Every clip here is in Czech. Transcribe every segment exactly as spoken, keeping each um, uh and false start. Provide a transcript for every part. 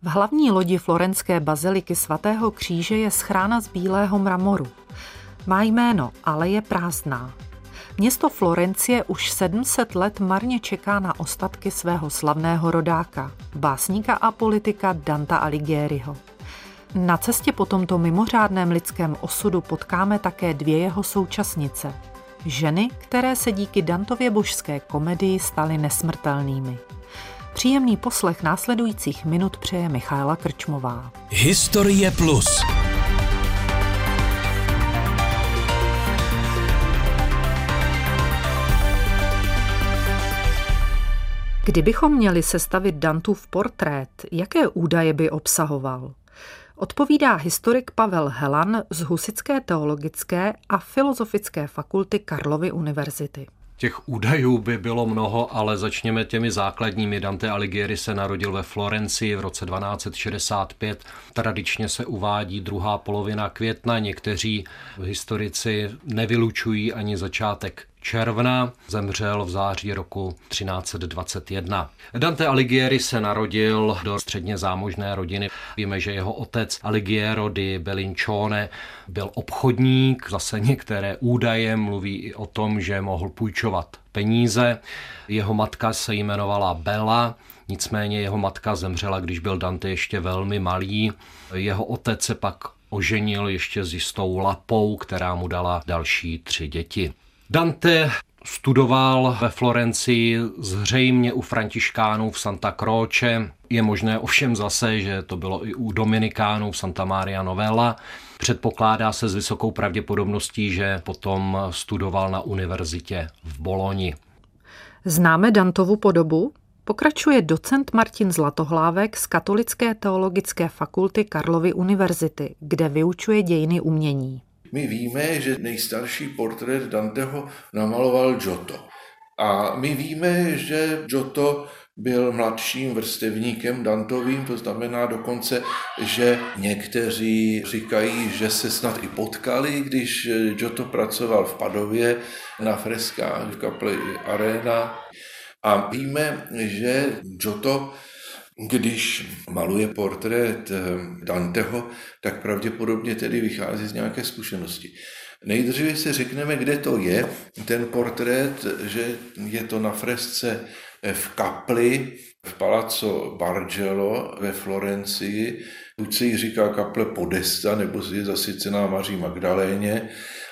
V hlavní lodi florenské baziliky svatého kříže je schrána z bílého mramoru. Má jméno, ale je prázdná. Město Florencie už sedm set let marně čeká na ostatky svého slavného rodáka, básníka a politika Danta Alighieriho. Na cestě po tomto mimořádném lidském osudu potkáme také dvě jeho současnice. Ženy, které se díky Dantově božské komedii staly nesmrtelnými. Příjemný poslech následujících minut přeje Michaela Krčmová. Historie plus. Kdybychom měli sestavit Dantův portrét, jaké údaje by obsahoval? Odpovídá historik Pavel Helan z Husitské teologické a filozofické fakulty Karlovy univerzity. Těch údajů by bylo mnoho, ale začněme těmi základními. Dante Alighieri se narodil ve Florencii v roce dvanáct set šedesát pět. Tradičně se uvádí druhá polovina května. Někteří historici nevylučují ani začátek června. Zemřel v září roku třináct set dvacet jedna. Dante Alighieri se narodil do středně zámožné rodiny. Víme, že jeho otec Alighiero di Bellincione byl obchodník. Zase některé údaje mluví i o tom, že mohl půjčovat peníze. Jeho matka se jmenovala Bella, nicméně jeho matka zemřela, když byl Dante ještě velmi malý. Jeho otec se pak oženil ještě s jistou Lapou, která mu dala další tři děti. Dante studoval ve Florencii zřejmě u františkánů v Santa Croce. Je možné ovšem zase, že to bylo i u dominikánů v Santa Maria Novella. Předpokládá se s vysokou pravděpodobností, že potom studoval na univerzitě v Boloni. Známe Dantovu podobu? Pokračuje docent Martin Zlatohlávek z Katolické teologické fakulty Karlovy univerzity, kde vyučuje dějiny umění. My víme, že nejstarší portrét Danteho namaloval Giotto. A my víme, že Giotto byl mladším vrstevníkem Dantovým, to znamená dokonce, že někteří říkají, že se snad i potkali, když Giotto pracoval v Padově na freskách v kapli Arena. A víme, že Giotto, když maluje portrét Danteho, tak pravděpodobně tedy vychází z nějaké zkušenosti. Nejdříve si řekneme, kde to je, ten portrét, že je to na fresce v kapli v Palazzo Bargello ve Florencii, buď se jí říká kaple Podesta, nebo je zasycená Maří Magdaléně,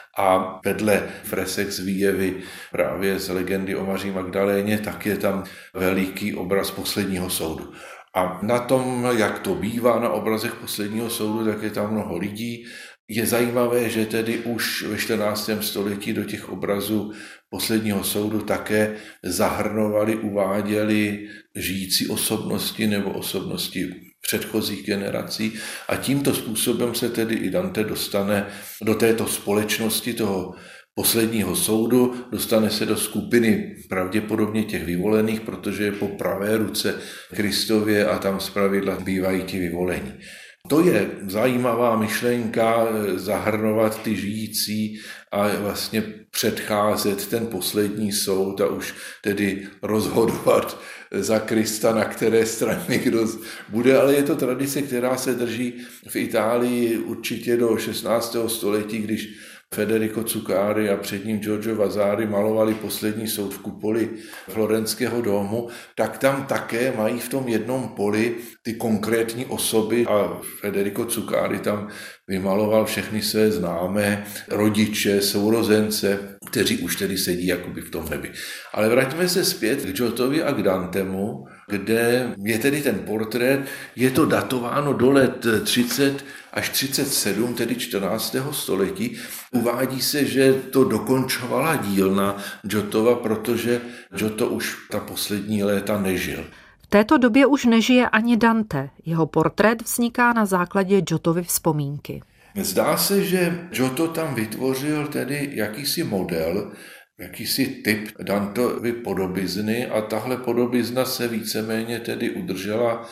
a vedle fresek z výjevy právě z legendy o Maří Magdaléně, tak je tam veliký obraz Posledního soudu. A na tom, jak to bývá na obrazech Posledního soudu, tak je tam mnoho lidí. Je zajímavé, že tedy už ve čtrnáctém století do těch obrazů Posledního soudu také zahrnovali, uváděli žijící osobnosti nebo osobnosti předchozích generací a tímto způsobem se tedy i Dante dostane do této společnosti toho Posledního soudu, dostane se do skupiny pravděpodobně těch vyvolených, protože je po pravé ruce Kristově a tam zpravidla bývají ti vyvolení. To je zajímavá myšlenka zahrnovat ty žijící a vlastně předcházet ten poslední soud a už tedy rozhodovat za Krista, na které straně kdo bude, ale je to tradice, která se drží v Itálii určitě do šestnáctého století, když Federico Zuccari a před ním Giorgio Vasari malovali Poslední soud v kupoli Florenského domu, tak tam také mají v tom jednom poli ty konkrétní osoby a Federico Zuccari tam vymaloval všechny své známé rodiče, sourozence, kteří už tedy sedí jakoby v tom nebi. Ale vraťme se zpět k Giottovi a k Dantemu, kde je tedy ten portrét, je to datováno do let třicet až třicet sedm, tedy čtrnáctého století. Uvádí se, že to dokončovala dílna Giottova, protože Giotto už ta poslední léta nežil. V této době už nežije ani Dante. Jeho portrét vzniká na základě Giottovy vzpomínky. Zdá se, že Giotto tam vytvořil tedy jakýsi model, jakýsi typ Dantovy podobizny a tahle podobizna se víceméně tedy udržela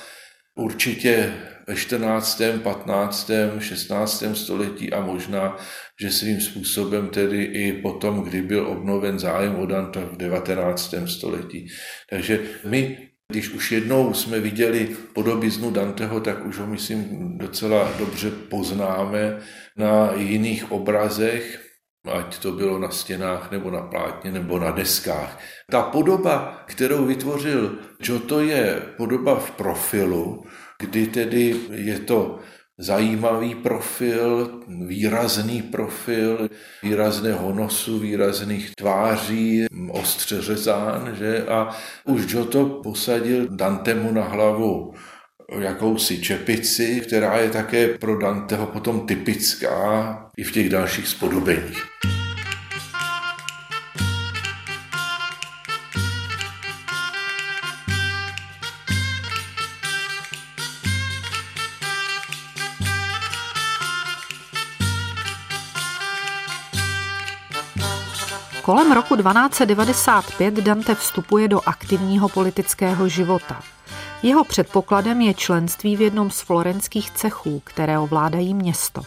určitě ve čtrnáctém, patnáctém, šestnáctém století a možná, že svým způsobem tedy i potom, kdy byl obnoven zájem o Danta v devatenáctém století. Takže my Když už jednou jsme viděli podobiznu Danteho, tak už ho, myslím, docela dobře poznáme na jiných obrazech, ať to bylo na stěnách, nebo na plátně, nebo na deskách. Ta podoba, kterou vytvořil Giotto, je podoba v profilu, kdy tedy je to zajímavý profil, výrazný profil, výrazného nosu, výrazných tváří, ostře řezán, že? A už Giotto posadil Dantemu na hlavu jakousi čepici, která je také pro Danteho potom typická i v těch dalších spodobeních. Kolem roku dvanáct set devadesát pět Dante vstupuje do aktivního politického života. Jeho předpokladem je členství v jednom z florenských cechů, které ovládají město.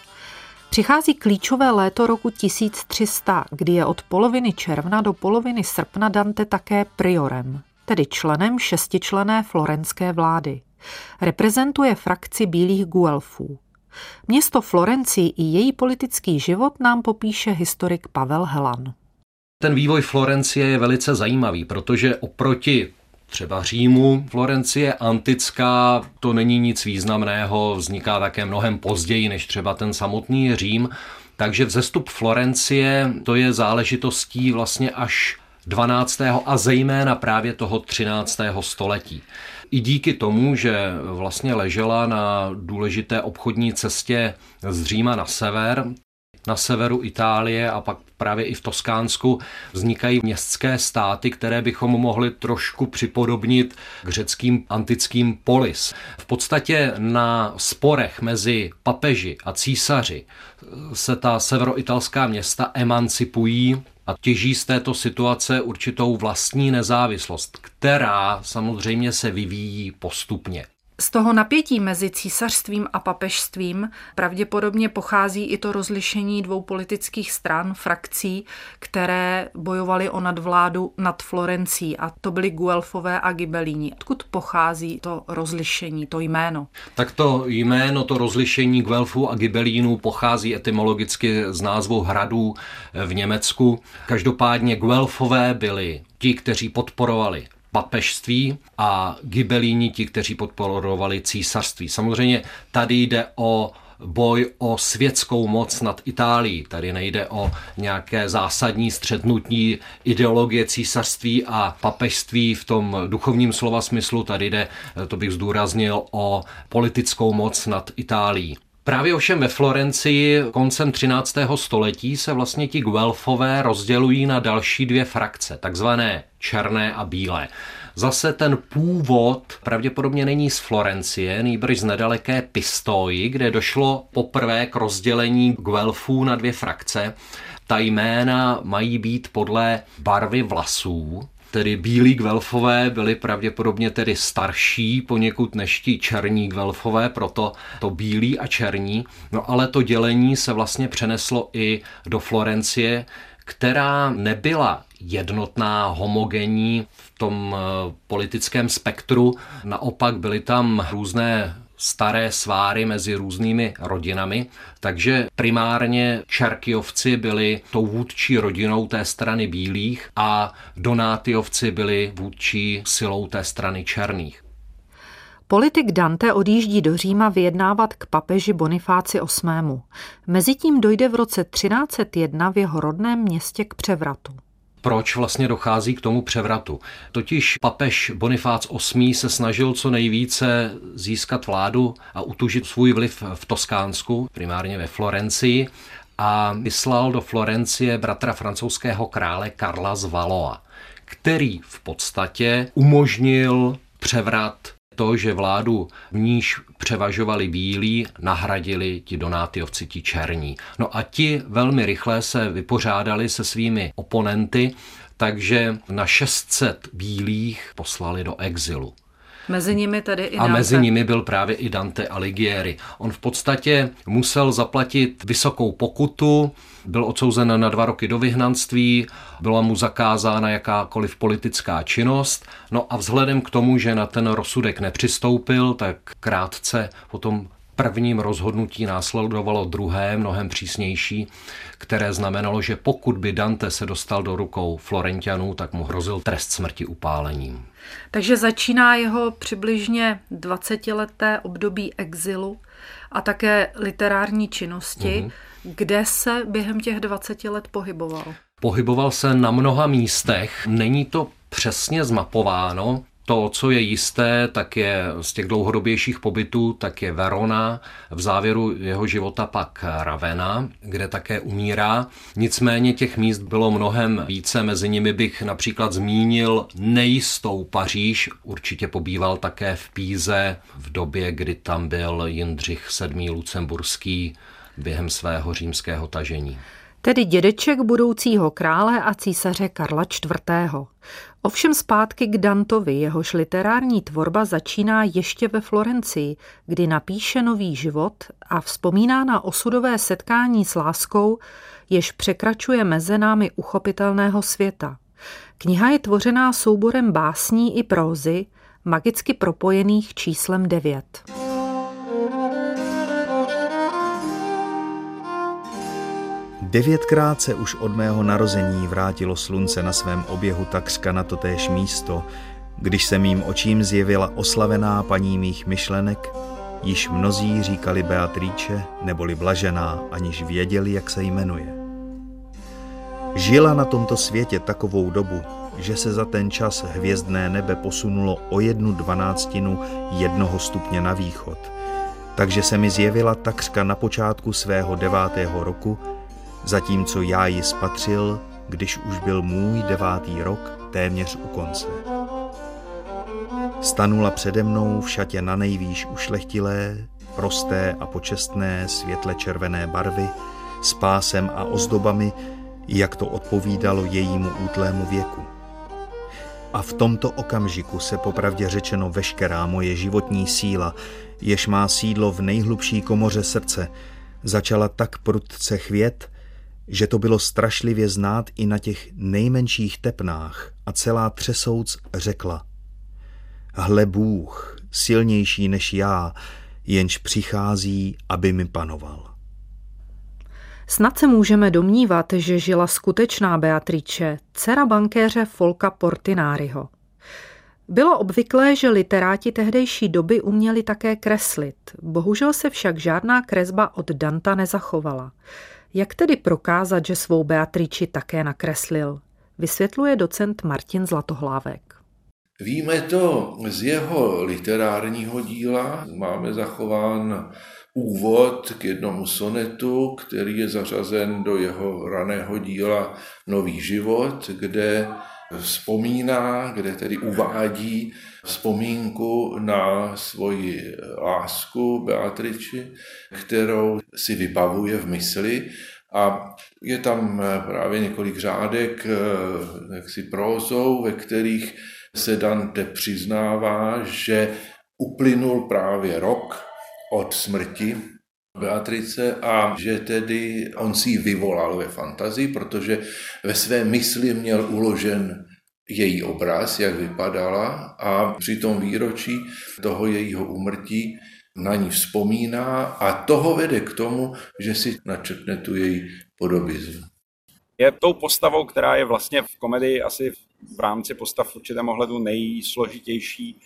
Přichází klíčové léto roku tisíc tři sta, kdy je od poloviny června do poloviny srpna Dante také priorem, tedy členem šestičlenné florenské vlády. Reprezentuje frakci bílých Guelfů. Město Florencii i její politický život nám popíše historik Pavel Helan. Ten vývoj Florencie je velice zajímavý, protože oproti třeba Římu, Florencie antická, to není nic významného, vzniká také mnohem později než třeba ten samotný Řím, takže vzestup Florencie to je záležitostí vlastně až dvanáctého a zejména právě toho třináctého století. I díky tomu, že vlastně ležela na důležité obchodní cestě z Říma na sever, na severu Itálie a pak právě i v Toskánsku vznikají městské státy, které bychom mohli trošku připodobnit k řeckým antickým polis. V podstatě na sporech mezi papeži a císaři se ta severoitalská města emancipují a těží z této situace určitou vlastní nezávislost, která samozřejmě se vyvíjí postupně. Z toho napětí mezi císařstvím a papežstvím pravděpodobně pochází i to rozlišení dvou politických stran, frakcí, které bojovaly o nadvládu nad Florencií, a to byly Guelfové a Ghibellini. Odkud pochází to rozlišení, to jméno? Tak to jméno, to rozlišení Guelfů a Ghibellínů pochází etymologicky z názvu hradů v Německu. Každopádně Guelfové byli ti, kteří podporovali papežství a Ghibellini ti, kteří podporovali císařství. Samozřejmě tady jde o boj o světskou moc nad Itálií. Tady nejde o nějaké zásadní střetnutí ideologie císařství a papežství v tom duchovním slova smyslu. Tady jde, to bych zdůraznil, o politickou moc nad Itálií. Právě ovšem ve Florencii koncem třináctého století se vlastně ti Guelfové rozdělují na další dvě frakce, takzvané černé a bílé. Zase ten původ pravděpodobně není z Florencie, nýbrž z nedaleké Pistoji, kde došlo poprvé k rozdělení Guelfů na dvě frakce. Ta jména mají být podle barvy vlasů. Tedy bílí Guelfové byli pravděpodobně tedy starší poněkud než ti černí Guelfové, proto to bílí a černí. No ale to dělení se vlastně přeneslo i do Florencie, která nebyla jednotná, homogenní v tom politickém spektru. Naopak byly tam různé staré sváry mezi různými rodinami, takže primárně Čerkyovci byli tou vůdčí rodinou té strany bílých a Donátiovci byli vůdčí silou té strany černých. Politik Dante odjíždí do Říma vyjednávat k papeži Bonifáci osmému. Mezitím dojde v roce třináct set jedna v jeho rodném městě k převratu. Proč vlastně dochází k tomu převratu? Totiž papež Bonifác osmý se snažil co nejvíce získat vládu a utužit svůj vliv v Toskánsku, primárně ve Florencii, a vyslal do Florencie bratra francouzského krále Karla z Valois, který v podstatě umožnil převrat. To, že vládu v níž převažovali bílí, nahradili ti Donátiovci, ti černí. No a ti velmi rychle se vypořádali se svými oponenty, takže na šest set bílých poslali do exilu. Mezi nimi tedy i A Dante. mezi nimi byl právě i Dante Alighieri. On v podstatě musel zaplatit vysokou pokutu, byl odsouzen na dva roky do vyhnanství, byla mu zakázána jakákoliv politická činnost, no a vzhledem k tomu, že na ten rozsudek nepřistoupil, tak krátce potom prvním rozhodnutí následovalo druhé, mnohem přísnější, které znamenalo, že pokud by Dante se dostal do rukou Florentianů, tak mu hrozil trest smrti upálením. Takže začíná jeho přibližně dvacetileté období exilu a také literární činnosti, mm-hmm. kde se během těch dvaceti let pohyboval. Pohyboval se na mnoha místech, není to přesně zmapováno. To, co je jisté, tak je z těch dlouhodobějších pobytů, tak je Verona, v závěru jeho života pak Ravenna, kde také umírá. Nicméně těch míst bylo mnohem více, mezi nimi bych například zmínil nejistou Paříž, určitě pobýval také v Píze v době, kdy tam byl Jindřich sedmý Lucemburský během svého římského tažení. Tedy dědeček budoucího krále a císaře Karla čtvrtého. Ovšem zpátky k Dantovi, jehož literární tvorba začíná ještě ve Florencii, kdy napíše Nový život a vzpomíná na osudové setkání s láskou, jež překračuje meze námi uchopitelného světa. Kniha je tvořená souborem básní i prózy, magicky propojených číslem devět. Devětkrát se už od mého narození vrátilo slunce na svém oběhu takřka na totéž místo, když se mým očím zjevila oslavená paní mých myšlenek, již mnozí říkali Beatrice neboli blažená, aniž věděli, jak se jmenuje. Žila na tomto světě takovou dobu, že se za ten čas hvězdné nebe posunulo o jednu dvanáctinu jednoho stupně na východ, takže se mi zjevila takřka na počátku svého devátého roku, zatímco já ji spatřil, když už byl můj devátý rok téměř u konce. Stanula přede mnou v šatě na nejvýš ušlechtilé, prosté a počestné světle červené barvy, s pásem a ozdobami, jak to odpovídalo jejímu útlému věku. A v tomto okamžiku se popravdě řečeno veškerá moje životní síla, jež má sídlo v nejhlubší komoře srdce, začala tak prudce chvět, že to bylo strašlivě znát i na těch nejmenších tepnách a celá třesouc řekla: Hle Bůh, silnější než já, jenž přichází, aby mi panoval. Snad se můžeme domnívat, že žila skutečná Beatrice, dcera bankéře Folka Portinariho. Bylo obvyklé, že literáti tehdejší doby uměli také kreslit, bohužel se však žádná kresba od Danta nezachovala. Jak tedy prokázat, že svou Beatrici také nakreslil? Vysvětluje docent Martin Zlatohlávek. Víme to z jeho literárního díla. Máme zachován úvod k jednomu sonetu, který je zařazen do jeho raného díla Nový život, kde vzpomíná, kde tedy uvádí vzpomínku na svoji lásku Beatrici, kterou si vybavuje v mysli. A je tam právě několik řádek jaksi prózou, ve kterých se Dante přiznává, že uplynul právě rok od smrti Beatrice a že tedy on si ji vyvolal ve fantazii, protože ve své mysli měl uložen její obraz, jak vypadala, a při tom výročí toho jejího úmrtí na ní vzpomíná a toho vede k tomu, že si načrtne tu její podobiznu. Je tou postavou, která je vlastně v komedii asi v rámci postav v určitém ohledu nejsložitější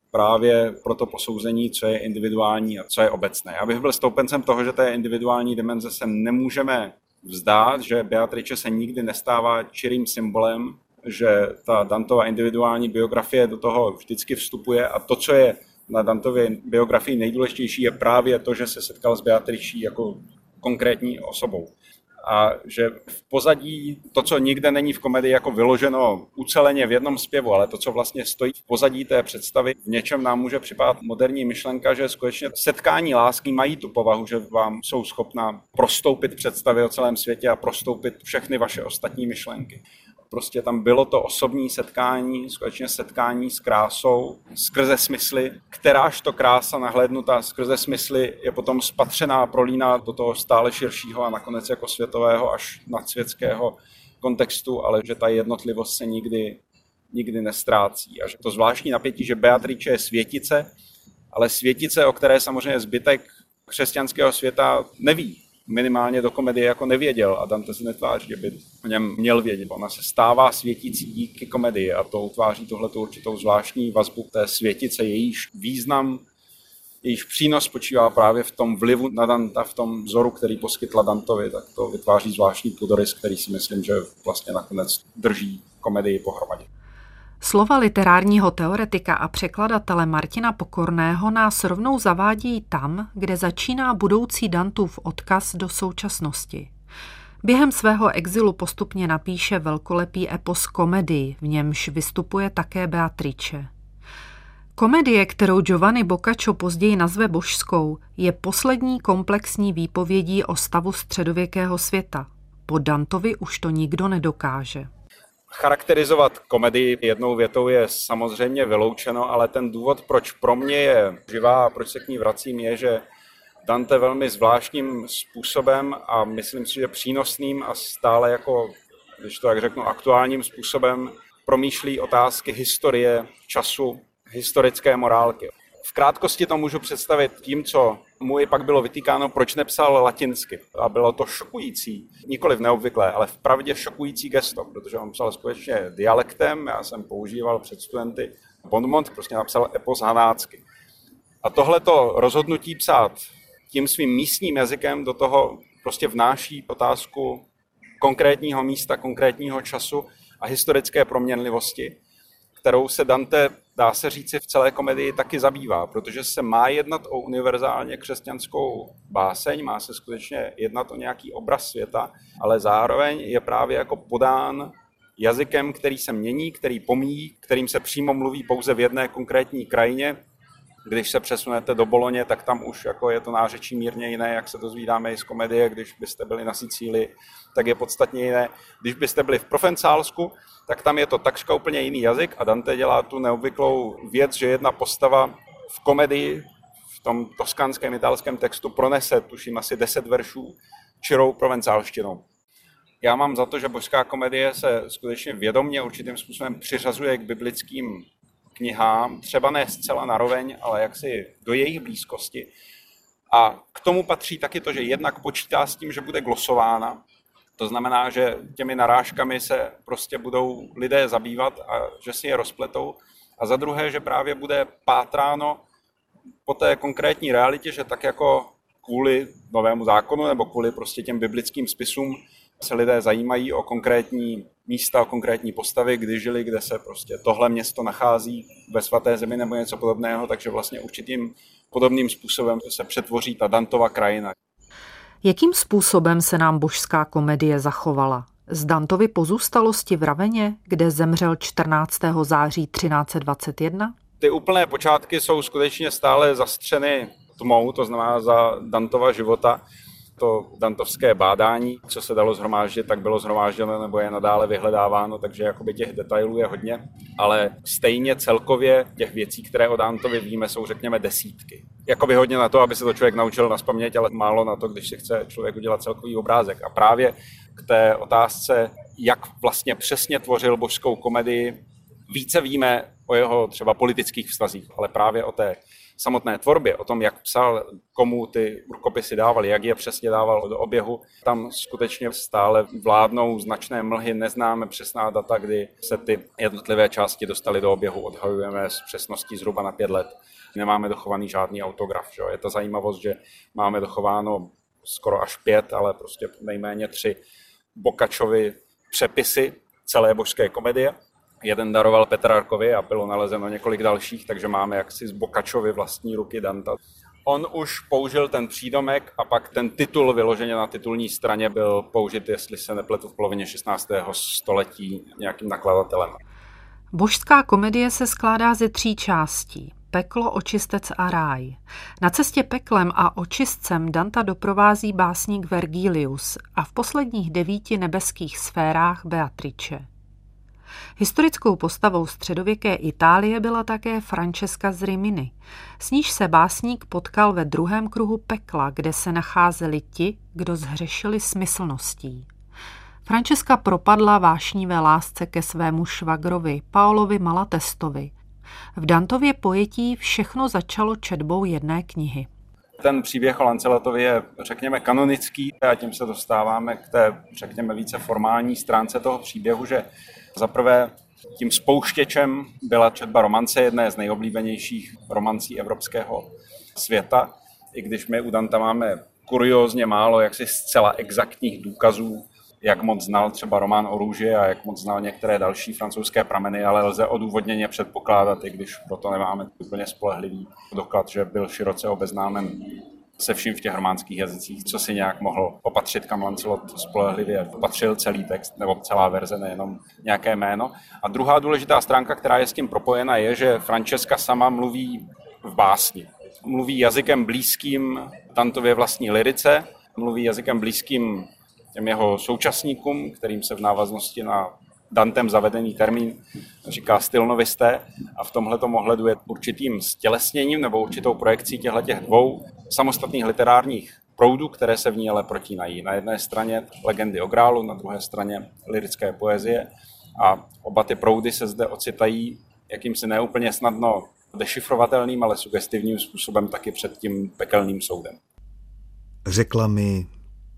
právě pro to posouzení, co je individuální a co je obecné. Já bych byl stoupencem toho, že té individuální dimenze se nemůžeme vzdát, že Beatrice se nikdy nestává čirým symbolem, že ta Dantova individuální biografie do toho vždycky vstupuje a to, co je na Dantově biografii nejdůležitější, je právě to, že se setkal s Beatricí jako konkrétní osobou. A že v pozadí to, co nikde není v komedii jako vyloženo uceleně v jednom zpěvu, ale to, co vlastně stojí v pozadí té představy, v něčem nám může připadat moderní myšlenka, že skutečně setkání lásky mají tu povahu, že vám jsou schopná prostoupit představy o celém světě a prostoupit všechny vaše ostatní myšlenky. Prostě tam bylo to osobní setkání, skutečně setkání s krásou, skrze smysly, kteráž to krása nahlédnutá skrze smysly je potom spatřená, prolíná do toho stále širšího a nakonec jako světového až nadsvětského kontextu, ale že ta jednotlivost se nikdy, nikdy nestrácí. A že to zvláštní napětí, že Beatrice je světice, ale světice, o které samozřejmě zbytek křesťanského světa neví. Minimálně do komedie jako nevěděl a Dante se netváří, že by o něm měl vědět. Ona se stává světící díky komedii a to utváří tuhletu určitou zvláštní vazbu té světice, jejíž význam, jejíž přínos spočívá právě v tom vlivu na Danta, v tom vzoru, který poskytla Dantovi, tak to vytváří zvláštní půdorys, který si myslím, že vlastně nakonec drží komedii pohromadě. Slova literárního teoretika a překladatele Martina Pokorného nás rovnou zavádí tam, kde začíná budoucí Dantův odkaz do současnosti. Během svého exilu postupně napíše velkolepý epos Komedii, v němž vystupuje také Beatrice. Komedie, kterou Giovanni Boccaccio později nazve božskou, je poslední komplexní výpovědí o stavu středověkého světa. Po Dantovi už to nikdo nedokáže. Charakterizovat komedii jednou větou je samozřejmě vyloučeno, ale ten důvod, proč pro mě je živá a proč se k ní vracím, je, že Dante velmi zvláštním způsobem a myslím si, že přínosným a stále jako, když to tak řeknu, aktuálním způsobem promýšlí otázky historie, času, historické morálky. V krátkosti to můžu představit tím, co mu i pak bylo vytýkáno, proč nepsal latinsky. A bylo to šokující, nikoliv neobvyklé, ale vpravdě šokující gesto, protože on psal skutečně dialektem, já jsem používal před studenty Bonmont, prostě napsal epos hanácky. A tohleto rozhodnutí psát tím svým místním jazykem do toho prostě vnáší otázku konkrétního místa, konkrétního času a historické proměnlivosti, kterou se Dante, dá se říci, v celé komedii taky zabývá, protože se má jednat o univerzálně křesťanskou báseň, má se skutečně jednat o nějaký obraz světa, ale zároveň je právě jako podán jazykem, který se mění, který pomíjí, kterým se přímo mluví pouze v jedné konkrétní krajině. Když se přesunete do Boloně, tak tam už jako je to nářečí mírně jiné, jak se dozvídáme i z komedie. Když byste byli na Sicílii, tak je podstatně jiné. Když byste byli v Provencálsku, tak tam je to takřka úplně jiný jazyk a Dante dělá tu neobvyklou věc, že jedna postava v komedii, v tom toskánském italském textu pronese, tuším, asi deset veršů čirou provencálštinou. Já mám za to, že božská komedie se skutečně vědomně určitým způsobem přiřazuje k biblickým knihám, třeba ne zcela naroveň, ale jaksi do jejich blízkosti. A k tomu patří taky to, že jednak počítá s tím, že bude glosována. To znamená, že těmi narážkami se prostě budou lidé zabývat a že si je rozpletou. A za druhé, že právě bude pátráno po té konkrétní realitě, že tak jako kvůli novému zákonu nebo kvůli prostě těm biblickým spisům se lidé zajímají o konkrétní místa, o konkrétní postavy, kdy žili, kde se prostě tohle město nachází ve svaté zemi nebo něco podobného, takže vlastně určitým podobným způsobem se přetvoří ta Dantova krajina. Jakým způsobem se nám božská komedie zachovala? Z Dantovy pozůstalosti v Raveně, kde zemřel čtrnáctého září třináct set dvacet jedna? Ty úplné počátky jsou skutečně stále zastřeny tmou, to znamená za Dantova života. To dantovské bádání, co se dalo shromáždit, tak bylo shromážděno nebo je nadále vyhledáváno, takže jakoby těch detailů je hodně, ale stejně celkově těch věcí, které o Dantovi víme, jsou řekněme desítky. Jakoby hodně na to, aby se to člověk naučil nazpaměť, ale málo na to, když si chce člověk udělat celkový obrázek. A právě k té otázce, jak vlastně přesně tvořil božskou komedii, více víme o jeho třeba politických vztazích, ale právě o té samotné tvorbě, o tom, jak psal, komu ty rukopisy dával, jak je přesně dával do oběhu. Tam skutečně stále vládnou značné mlhy, neznáme přesná data, kdy se ty jednotlivé části dostaly do oběhu, odhadujeme s přesností zhruba na pět let. Nemáme dochovaný žádný autograf. Že? Je ta zajímavost, že máme dochováno skoro až pět, ale prostě nejméně tři Boccacciovi přepisy celé božské komedie. Jeden daroval Petrarkovi a bylo nalezeno několik dalších, takže máme jaksi z Boccacciovi vlastní ruky Danta. On už použil ten přídomek a pak ten titul vyloženě na titulní straně byl použit, jestli se nepletu, v polovině šestnáctého století nějakým nakladatelem. Božská komedie se skládá ze tří částí. Peklo, očistec a ráj. Na cestě peklem a očistcem Danta doprovází básník Vergilius a v posledních devíti nebeských sférách Beatrice. Historickou postavou středověké Itálie byla také Francesca z Rimini. S níž se básník potkal ve druhém kruhu pekla, kde se nacházeli ti, kdo zhřešili smyslností. Francesca propadla vášnivé lásce ke svému švagrovi, Paolovi Malatestovi. V Dantově pojetí všechno začalo četbou jedné knihy. Ten příběh o Lancelotovi je, řekněme, kanonický a tím se dostáváme k té, řekněme, více formální stránce toho příběhu, že zaprvé tím spouštěčem byla četba romance, jedné z nejoblíbenějších romancí evropského světa, i když my u Danta máme kuriózně málo jaksi zcela exaktních důkazů, jak moc znal třeba román o růži a jak moc znal některé další francouzské prameny, ale lze odůvodněně předpokládat, i když proto nemáme úplně spolehlivý doklad, že byl široce obeznámen se vším v těch románských jazycích, co si nějak mohl opatřit, kam Lancelot spolehlivě opatřil celý text nebo celá verze, nejenom nějaké jméno. A druhá důležitá stránka, která je s tím propojena, je, že Francesca sama mluví v básni. Mluví jazykem blízkým Dantově vlastní lyrice, mluví jazykem blízkým těm jeho současníkům, kterým se v návaznosti na Dantem zavedený termín říká stylnovisté, a v tomhletom ohledu je určitým stělesněním nebo určitou projekcí těchto dvou samostatných literárních proudů, které se v ní ale protínají. Na jedné straně legendy o Grálu, na druhé straně lyrické poezie, a oba ty proudy se zde ocitají jakýmsi neúplně snadno dešifrovatelným, ale sugestivním způsobem taky před tím pekelným soudem. Řekla mi: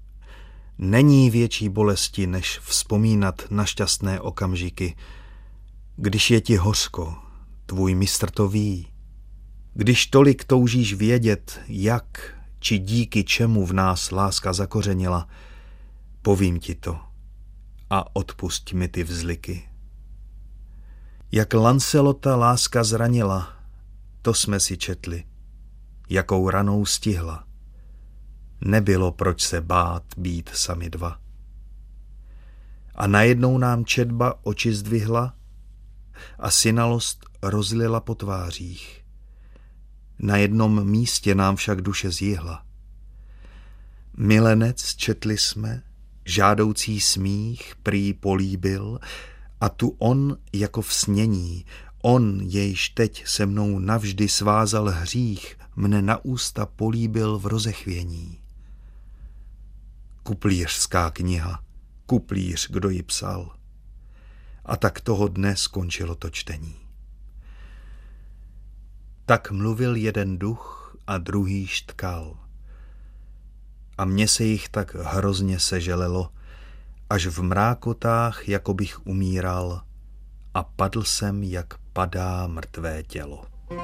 není větší bolesti, než vzpomínat na šťastné okamžiky. Když je ti hořko, tvůj mistr to ví. Když tolik toužíš vědět, jak či díky čemu v nás láska zakořenila, povím ti to a odpusť mi ty vzliky. Jak Lancelota láska zranila, to jsme si četli, jakou ranou stihla. Nebylo proč se bát být sami dva. A najednou nám četba oči zdvihla a synalost rozlila po tvářích. Na jednom místě nám však duše zjihla. Milenec četli jsme, žádoucí smích prý políbil, a tu on jako v snění, on, jejž teď se mnou navždy svázal hřích, mne na ústa políbil v rozechvění. Kuplířská kniha, kuplíř, kdo ji psal. A tak toho dne skončilo to čtení. Tak mluvil jeden duch a druhý štkal. A mně se jich tak hrozně seželelo, až v mrákotách jako bych umíral a padl jsem, jak padá mrtvé tělo.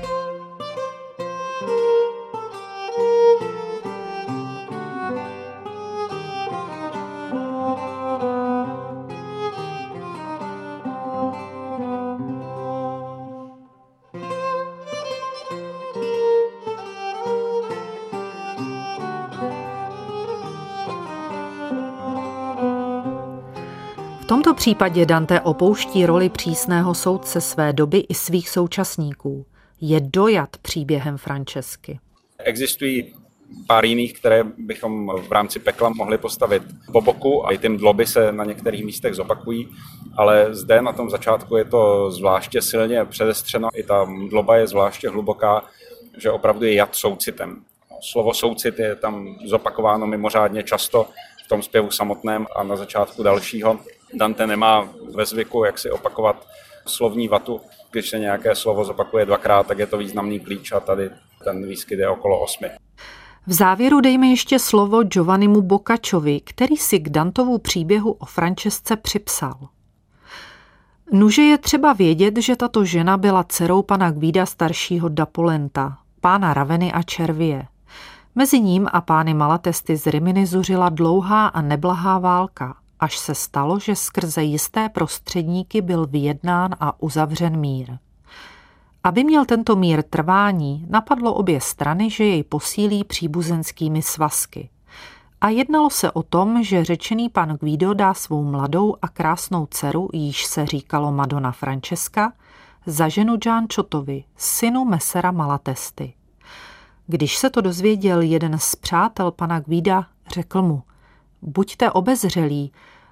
V tomto případě Dante opouští roli přísného soudce své doby i svých současníků. Je dojat příběhem Francesky. Existují pár jiných, které bychom v rámci pekla mohli postavit po boku, a i ty mdloby se na některých místech zopakují, ale zde na tom začátku je to zvláště silně předestřeno. I ta mdloba je zvláště hluboká, že opravdu je jad soucitem. Slovo soucit je tam zopakováno mimořádně často v tom zpěvu samotném a na začátku dalšího. Dante nemá ve zvyku, jak si opakovat slovní vatu. Když se nějaké slovo zopakuje dvakrát, tak je to významný klíč, a tady ten výskyt je okolo osmi. V závěru dejme ještě slovo Giovannimu Boccaciovi, který si k Dantovu příběhu o Francesce připsal. Nuže je třeba vědět, že tato žena byla dcerou pana Guida staršího da Polenta, pána Raveny a Červie. Mezi ním a pány Malatesty z Rimini zuřila dlouhá a neblahá válka, až se stalo, že skrze jisté prostředníky byl vyjednán a uzavřen mír. Aby měl tento mír trvání, napadlo obě strany, že jej posílí příbuzenskými svazky. A jednalo se o tom, že řečený pan Guido dá svou mladou a krásnou dceru, jíž se říkalo Madonna Francesca, za ženu Gianciottovi, synu Messera Malatesty. Když se to dozvěděl jeden z přátel pana Guida, řekl mu: buďte obezřelí,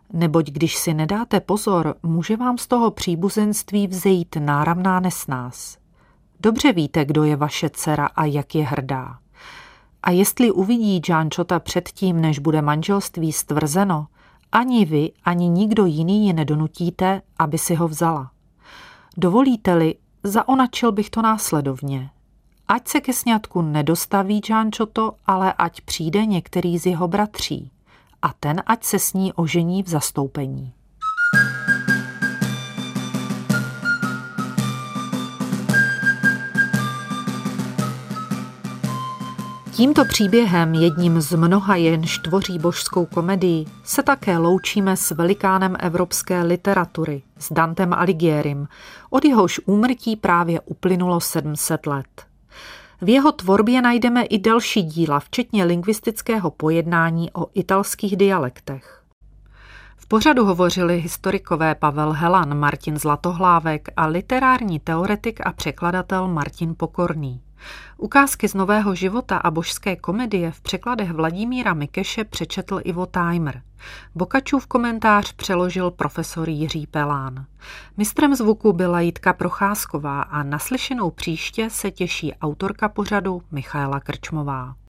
Neboť když si nedáte pozor, může vám z toho příbuzenství vzejít náramná nesnás. Dobře víte, kdo je vaše dcera a jak je hrdá. A jestli uvidí Giančota předtím, než bude manželství stvrzeno, ani vy, ani nikdo jiný ji nedonutíte, aby si ho vzala. Dovolíte-li, zaonačil bych to následovně. Ať se ke sňatku nedostaví Giančoto, ale ať přijde některý z jeho bratří. A ten ať se s ní ožení v zastoupení. Tímto příběhem, jedním z mnoha, jenž tvoří božskou komedii, se také loučíme s velikánem evropské literatury, s Dantem Alighiérim, od jehož úmrtí právě uplynulo sedm set let. V jeho tvorbě najdeme i další díla, včetně lingvistického pojednání o italských dialektech. V pořadu hovořili historikové Pavel Helan, Martin Zlatohlávek a literární teoretik a překladatel Martin Pokorný. Ukázky z Nového života a božské komedie v překladech Vladimíra Mikeše přečetl Ivo Tajmer. Bokačův komentář přeložil profesor Jiří Pelán. Mistrem zvuku byla Jitka Procházková a naslyšenou příště se těší autorka pořadu Michaela Krčmová.